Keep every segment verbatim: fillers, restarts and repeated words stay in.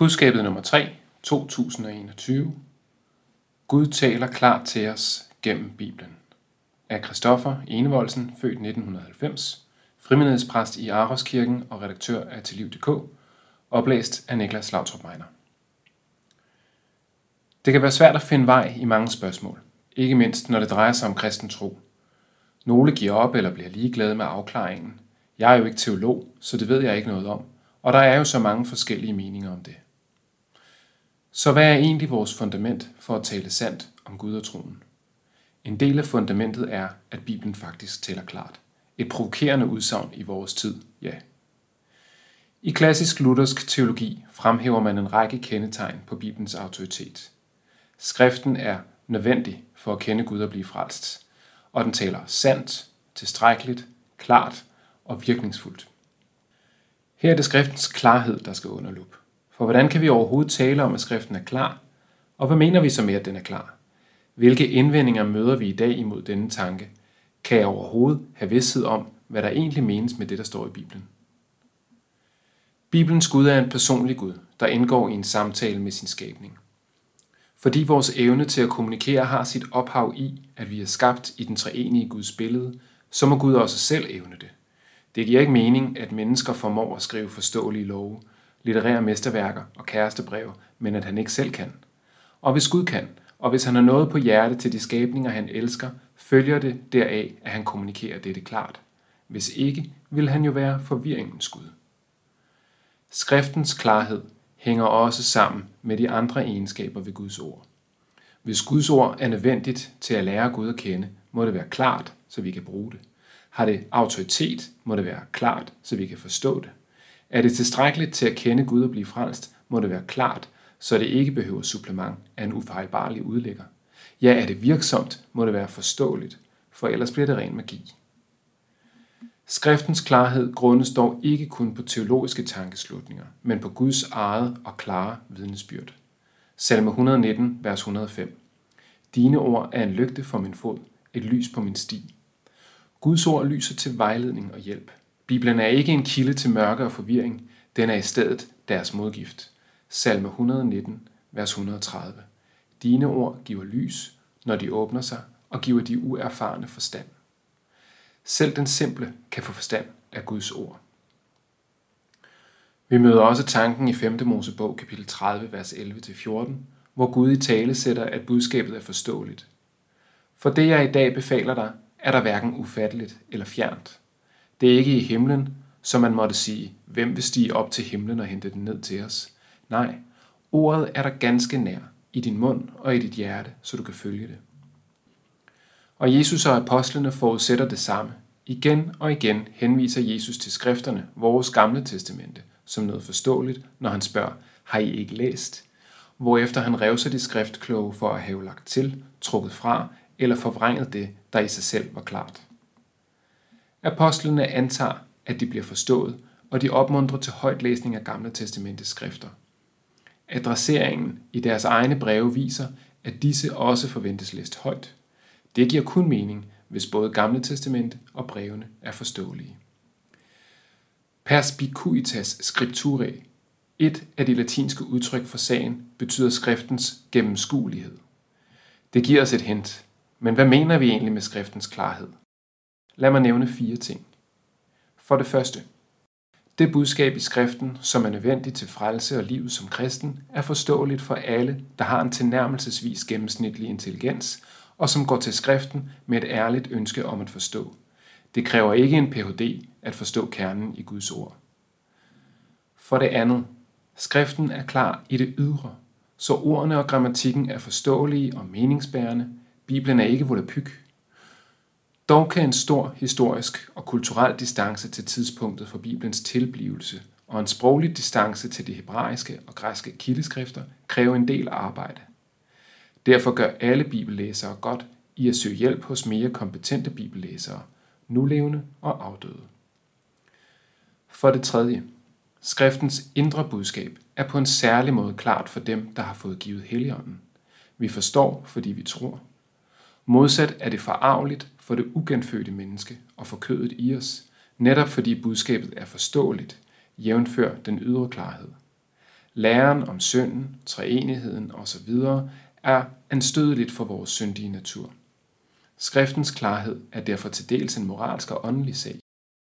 Budskabet nummer tre, to tusind og enogtyve. Gud taler klart til os gennem Bibelen. Af Christoffer Enevoldsen, født nitten halvfems, frimenighedspræst i Aroskirken og redaktør af Til Liv punktum d k, oplæst af Niklas Lautrup Meiner. Det kan være svært at finde vej i mange spørgsmål, ikke mindst når det drejer sig om kristen tro. Nogle giver op eller bliver ligeglade med afklaringen. Jeg er jo ikke teolog, så det ved jeg ikke noget om, og der er jo så mange forskellige meninger om det. Så hvad er egentlig vores fundament for at tale sandt om Gud og troen? En del af fundamentet er, at Bibelen faktisk tæller klart. Et provokerende udsagn i vores tid, ja. I klassisk luthersk teologi fremhæver man en række kendetegn på Bibelens autoritet. Skriften er nødvendig for at kende Gud og blive frelst, og den taler sandt, tilstrækkeligt, klart og virkningsfuldt. Her er det skriftens klarhed, der skal under lup. For hvordan kan vi overhovedet tale om, at skriften er klar? Og hvad mener vi så med, at den er klar? Hvilke indvendinger møder vi i dag imod denne tanke? Kan jeg overhovedet have vidsthed om, hvad der egentlig menes med det, der står i Bibelen? Bibelens Gud er en personlig Gud, der indgår i en samtale med sin skabning. Fordi vores evne til at kommunikere har sit ophav i, at vi er skabt i den treenige Guds billede, så må Gud også selv evne det. Det giver ikke mening, at mennesker formår at skrive forståelige love, litterære mesterværker og kærestebreve, men at han ikke selv kan. Og hvis Gud kan, og hvis han har noget på hjerte til de skabninger, han elsker, følger det deraf, at han kommunikerer dette klart. Hvis ikke, vil han jo være forvirringens Gud. Skriftens klarhed hænger også sammen med de andre egenskaber ved Guds ord. Hvis Guds ord er nødvendigt til at lære Gud at kende, må det være klart, så vi kan bruge det. Har det autoritet, må det være klart, så vi kan forstå det. Er det tilstrækkeligt til at kende Gud og blive frelst, må det være klart, så det ikke behøver supplement af en ufejlbarlig udlægger. Ja, er det virksomt, må det være forståeligt, for ellers bliver det ren magi. Skriftens klarhed grundes dog ikke kun på teologiske tankeslutninger, men på Guds eget og klare vidnesbyrd. Salme et hundrede og nitten, vers et hundrede og fem. Dine ord er en lygte for min fod, et lys på min sti. Guds ord lyser til vejledning og hjælp. Bibelen er ikke en kilde til mørke og forvirring, den er i stedet deres modgift. Salme et hundrede og nitten, vers et hundrede og tredive. Dine ord giver lys, når de åbner sig, og giver de uerfarne forstand. Selv den simple kan få forstand af Guds ord. Vi møder også tanken i femte Mosebog, kapitel tredive, vers elleve til fjorten, hvor Gud i tale sætter, at budskabet er forståeligt. For det, jeg i dag befaler dig, er der hverken ufatteligt eller fjernt. Det er ikke i himlen, så man måtte sige, hvem vil stige op til himlen og hente den ned til os? Nej, ordet er der ganske nær, i din mund og i dit hjerte, så du kan følge det. Og Jesus og apostlene forudsætter det samme. Igen og igen henviser Jesus til skrifterne, vores gamle testamente, som noget forståeligt, når han spørger, har I ikke læst? Hvorefter han revser de skriftkloge for at have lagt til, trukket fra eller forvrænget det, der i sig selv var klart. Apostlene antager, at de bliver forstået, og de opmuntrer til højtlæsning af Gamle Testamentets skrifter. Adresseringen i deres egne breve viser, at disse også forventes læst højt. Det giver kun mening, hvis både Gamle Testamente og brevene er forståelige. Perspicuitas scripturae, et af de latinske udtryk for sagen, betyder skriftens gennemskuelighed. Det giver os et hint. Men hvad mener vi egentlig med skriftens klarhed? Lad mig nævne fire ting. For det første. Det budskab i skriften, som er nødvendigt til frelse og liv som kristen, er forståeligt for alle, der har en tilnærmelsesvis gennemsnitlig intelligens, og som går til skriften med et ærligt ønske om at forstå. Det kræver ikke en P H D at forstå kernen i Guds ord. For det andet. Skriften er klar i det ydre, så ordene og grammatikken er forståelige og meningsbærende. Bibelen er ikke volapyk. Dog kan en stor historisk og kulturel distance til tidspunktet for Bibelens tilblivelse og en sproglig distance til de hebraiske og græske kildeskrifter kræve en del arbejde. Derfor gør alle bibellæsere godt i at søge hjælp hos mere kompetente bibellæsere, nulevende og afdøde. For det tredje. Skriftens indre budskab er på en særlig måde klart for dem, der har fået givet Helligånden. Vi forstår, fordi vi tror. Modsat er det forarveligt for det ugenfødte menneske og for kødet i os, netop fordi budskabet er forståeligt, jævnfør den ydre klarhed. Læren om synden, treenigheden osv. er anstødeligt for vores syndige natur. Skriftens klarhed er derfor til dels en moralsk og åndelig sag.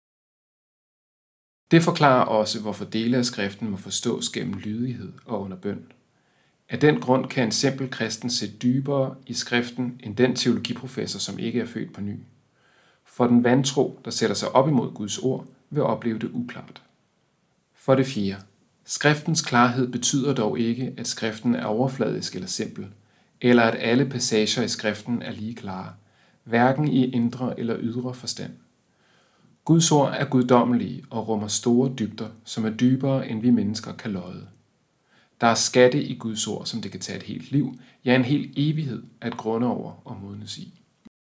Det forklarer også, hvorfor dele af skriften må forstås gennem lydighed og under bøn. Af den grund kan en simpel kristen se dybere i skriften end den teologiprofessor, som ikke er født på ny. For den vantro, der sætter sig op imod Guds ord, vil opleve det uklart. For det fjerde. Skriftens klarhed betyder dog ikke, at skriften er overfladisk eller simpel, eller at alle passager i skriften er lige klare, hverken i indre eller ydre forstand. Guds ord er guddommelige og rummer store dybder, som er dybere, end vi mennesker kan lodde. Der er skatte i Guds ord, som det kan tage et helt liv, ja en hel evighed at grunde over og modnes i.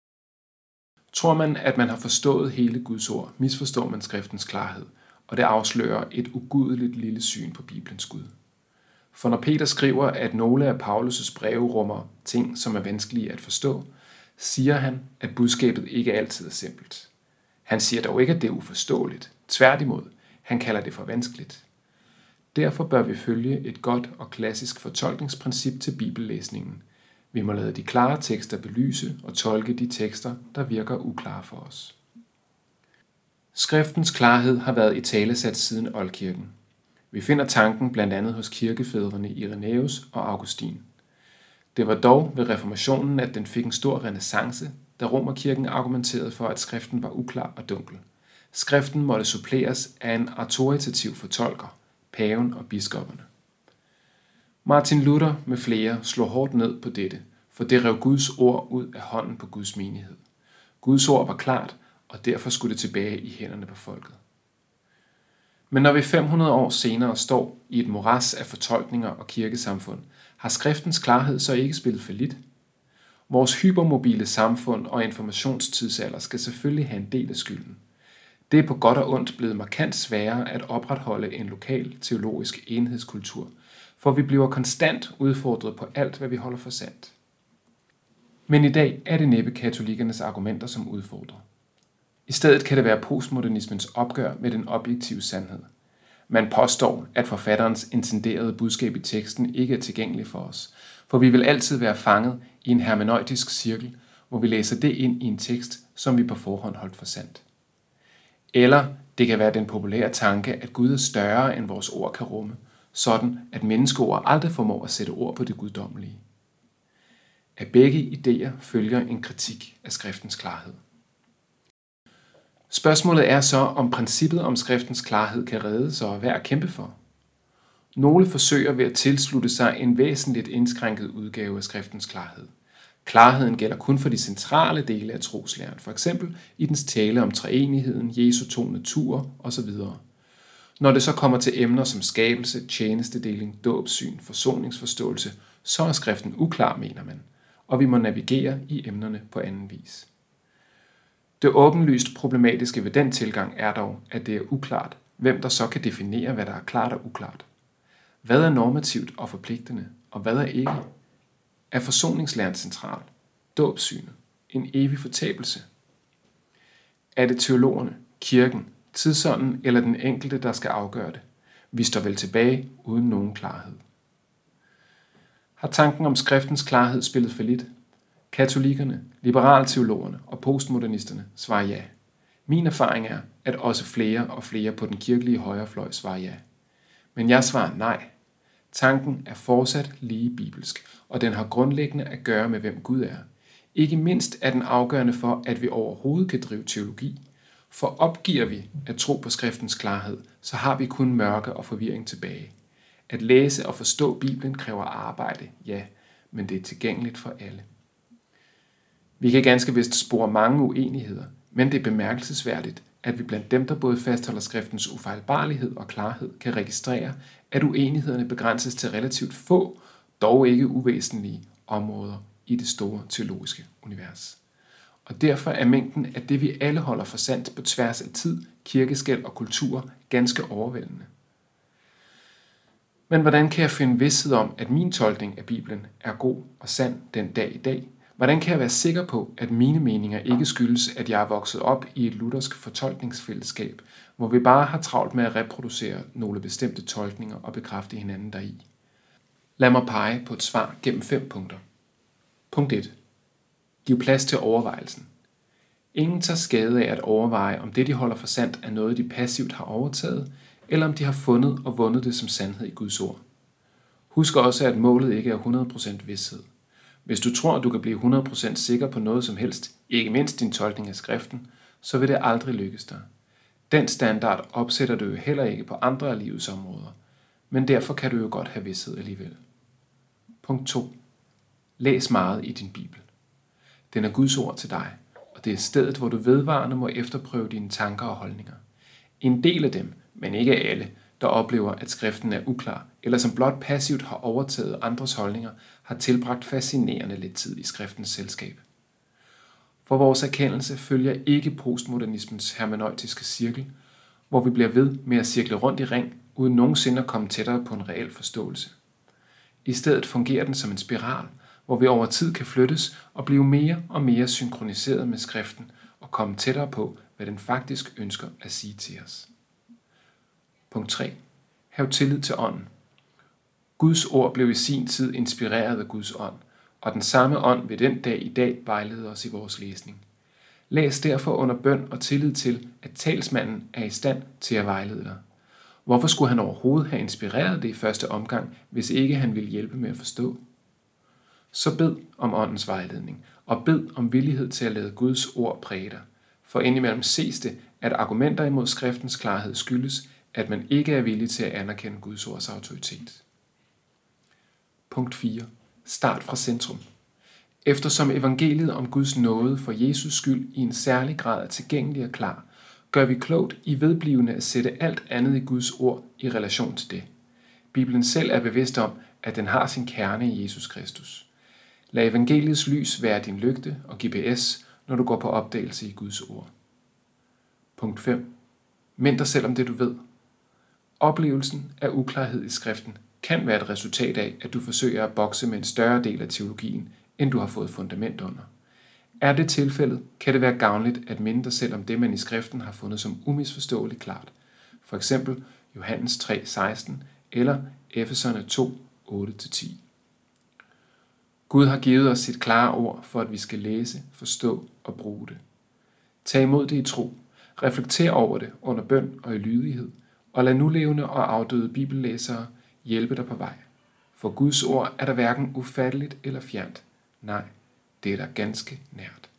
Tror man, at man har forstået hele Guds ord, misforstår man skriftens klarhed, og det afslører et ugudeligt lille syn på Bibelens Gud. For når Peter skriver, at nogle af Paulus' breve rummer ting, som er vanskelige at forstå, siger han, at budskabet ikke altid er simpelt. Han siger dog ikke, at det er uforståeligt. Tværtimod, han kalder det for vanskeligt. Derfor bør vi følge et godt og klassisk fortolkningsprincip til bibellæsningen. Vi må lade de klare tekster belyse og tolke de tekster, der virker uklare for os. Skriftens klarhed har været italesat siden oldkirken. Vi finder tanken blandt andet hos kirkefædrene Irenæus og Augustin. Det var dog ved reformationen, at den fik en stor renæssance, da Romerkirken argumenterede for, at skriften var uklar og dunkel. Skriften måtte suppleres af en autoritativ fortolker, paven og biskopperne. Martin Luther med flere slog hårdt ned på dette, for det rev Guds ord ud af hånden på Guds menighed. Guds ord var klart, og derfor skulle det tilbage i hænderne på folket. Men når vi fem hundrede år senere står i et morads af fortolkninger og kirkesamfund, har skriftens klarhed så ikke spillet fallit. Vores hypermobile samfund og informationstidsalder skal selvfølgelig have en del af skylden. Det er på godt og ondt blevet markant sværere at opretholde en lokal teologisk enhedskultur, for vi bliver konstant udfordret på alt, hvad vi holder for sandt. Men i dag er det næppe katolikernes argumenter, som udfordrer. I stedet kan det være postmodernismens opgør med den objektive sandhed. Man påstår, at forfatterens intenderede budskab i teksten ikke er tilgængelig for os, for vi vil altid være fanget i en hermeneutisk cirkel, hvor vi læser det ind i en tekst, som vi på forhånd holdt for sandt. Eller det kan være den populære tanke, at Gud er større end vores ord kan rumme, sådan at menneskeord aldrig formår at sætte ord på det guddommelige. Af begge idéer følger en kritik af skriftens klarhed. Spørgsmålet er så, om princippet om skriftens klarhed kan reddes og er værd at kæmpe for. Nogle forsøger ved at tilslutte sig en væsentligt indskrænket udgave af skriftens klarhed. Klarheden gælder kun for de centrale dele af troslæren, for eksempel i dens tale om treenigheden, Jesu to naturer osv. Når det så kommer til emner som skabelse, tjenestedeling, dåbssyn, forsoningsforståelse, så er skriften uklar, mener man, og vi må navigere i emnerne på anden vis. Det åbenlyst problematiske ved den tilgang er dog, at det er uklart, hvem der så kan definere, hvad der er klart og uklart. Hvad er normativt og forpligtende, og hvad er ikke? Er forsoningslæren central? Dåbssynet? En evig fortabelse? Er det teologerne, kirken, tidsånden eller den enkelte, der skal afgøre det? Vi står vel tilbage uden nogen klarhed. Har tanken om skriftens klarhed spillet fallit? Katolikkerne, liberalteologerne og postmodernisterne svarer ja. Min erfaring er, at også flere og flere på den kirkelige højrefløj svarer ja. Men jeg svarer nej. Tanken er fortsat lige bibelsk, og den har grundlæggende at gøre med, hvem Gud er. Ikke mindst er den afgørende for, at vi overhovedet kan drive teologi. For opgiver vi at tro på skriftens klarhed, så har vi kun mørke og forvirring tilbage. At læse og forstå Bibelen kræver arbejde, ja, men det er tilgængeligt for alle. Vi kan ganske vist spore mange uenigheder, men det er bemærkelsesværdigt, at vi blandt dem, der både fastholder skriftens ufejlbarlighed og klarhed, kan registrere, at uenighederne begrænses til relativt få, dog ikke uvæsentlige områder i det store teologiske univers. Og derfor er mængden af det, vi alle holder for sandt på tværs af tid, kirkeskel og kultur ganske overvældende. Men hvordan kan jeg finde vished om, at min tolkning af Bibelen er god og sand den dag i dag? Hvordan kan jeg være sikker på, at mine meninger ikke skyldes, at jeg er vokset op i et luthersk fortolkningsfællesskab, hvor vi bare har travlt med at reproducere nogle bestemte tolkninger og bekræfte hinanden deri. Lad mig pege på et svar gennem fem punkter. Punkt et. Giv plads til overvejelsen. Ingen tager skade af at overveje, om det de holder for sandt er noget, de passivt har overtaget, eller om de har fundet og vundet det som sandhed i Guds ord. Husk også, at målet ikke er hundrede procent vished. Hvis du tror, at du kan blive hundrede procent sikker på noget som helst, ikke mindst din tolkning af skriften, så vil det aldrig lykkes dig. Den standard opsætter du jo heller ikke på andre af livets områder, men derfor kan du jo godt have vished alligevel. Punkt to. Læs meget i din Bibel. Den er Guds ord til dig, og det er stedet, hvor du vedvarende må efterprøve dine tanker og holdninger. En del af dem, men ikke alle, der oplever, at skriften er uklar, eller som blot passivt har overtaget andres holdninger, har tilbragt fascinerende lidt tid i skriftens selskab. For vores erkendelse følger ikke postmodernismens hermeneutiske cirkel, hvor vi bliver ved med at cirkle rundt i ring, uden nogensinde at komme tættere på en reel forståelse. I stedet fungerer den som en spiral, hvor vi over tid kan flyttes og blive mere og mere synkroniseret med skriften og komme tættere på, hvad den faktisk ønsker at sige til os. Punkt tre. Hav tillid til ånden. Guds ord blev i sin tid inspireret af Guds ånd, og den samme ånd vil den dag i dag vejlede os i vores læsning. Læs derfor under bøn og tillid til, at talsmanden er i stand til at vejlede dig. Hvorfor skulle han overhovedet have inspireret det i første omgang, hvis ikke han ville hjælpe med at forstå? Så bed om åndens vejledning, og bed om villighed til at lade Guds ord præge dig. For indimellem ses det, at argumenter imod skriftens klarhed skyldes, at man ikke er villig til at anerkende Guds ords autoritet. Punkt fire. Start fra centrum. Eftersom evangeliet om Guds nåde for Jesus skyld i en særlig grad er tilgængelig og klar, gør vi klogt i vedblivende at sætte alt andet i Guds ord i relation til det. Bibelen selv er bevidst om, at den har sin kerne i Jesus Kristus. Lad evangeliets lys være din lygte og G P S, når du går på opdagelse i Guds ord. Punkt fem. Mind dig selv om det, du ved. Oplevelsen af uklarhed i skriften kan være et resultat af, at du forsøger at bokse med en større del af teologien, end du har fået fundament under. Er det tilfældet, kan det være gavnligt at minde dig selv om det, man i skriften har fundet som umisforståeligt klart. For eksempel Johannes tre seksten eller Efeserne to otte til ti. Gud har givet os sit klare ord, for at vi skal læse, forstå og bruge det. Tag imod det i tro, reflekter over det under bøn og i lydighed, og lad nulevende og afdøde bibellæsere hjælpe dig på vej. For Guds ord er der hverken ufatteligt eller fjernt. Nej, det er der ganske nært.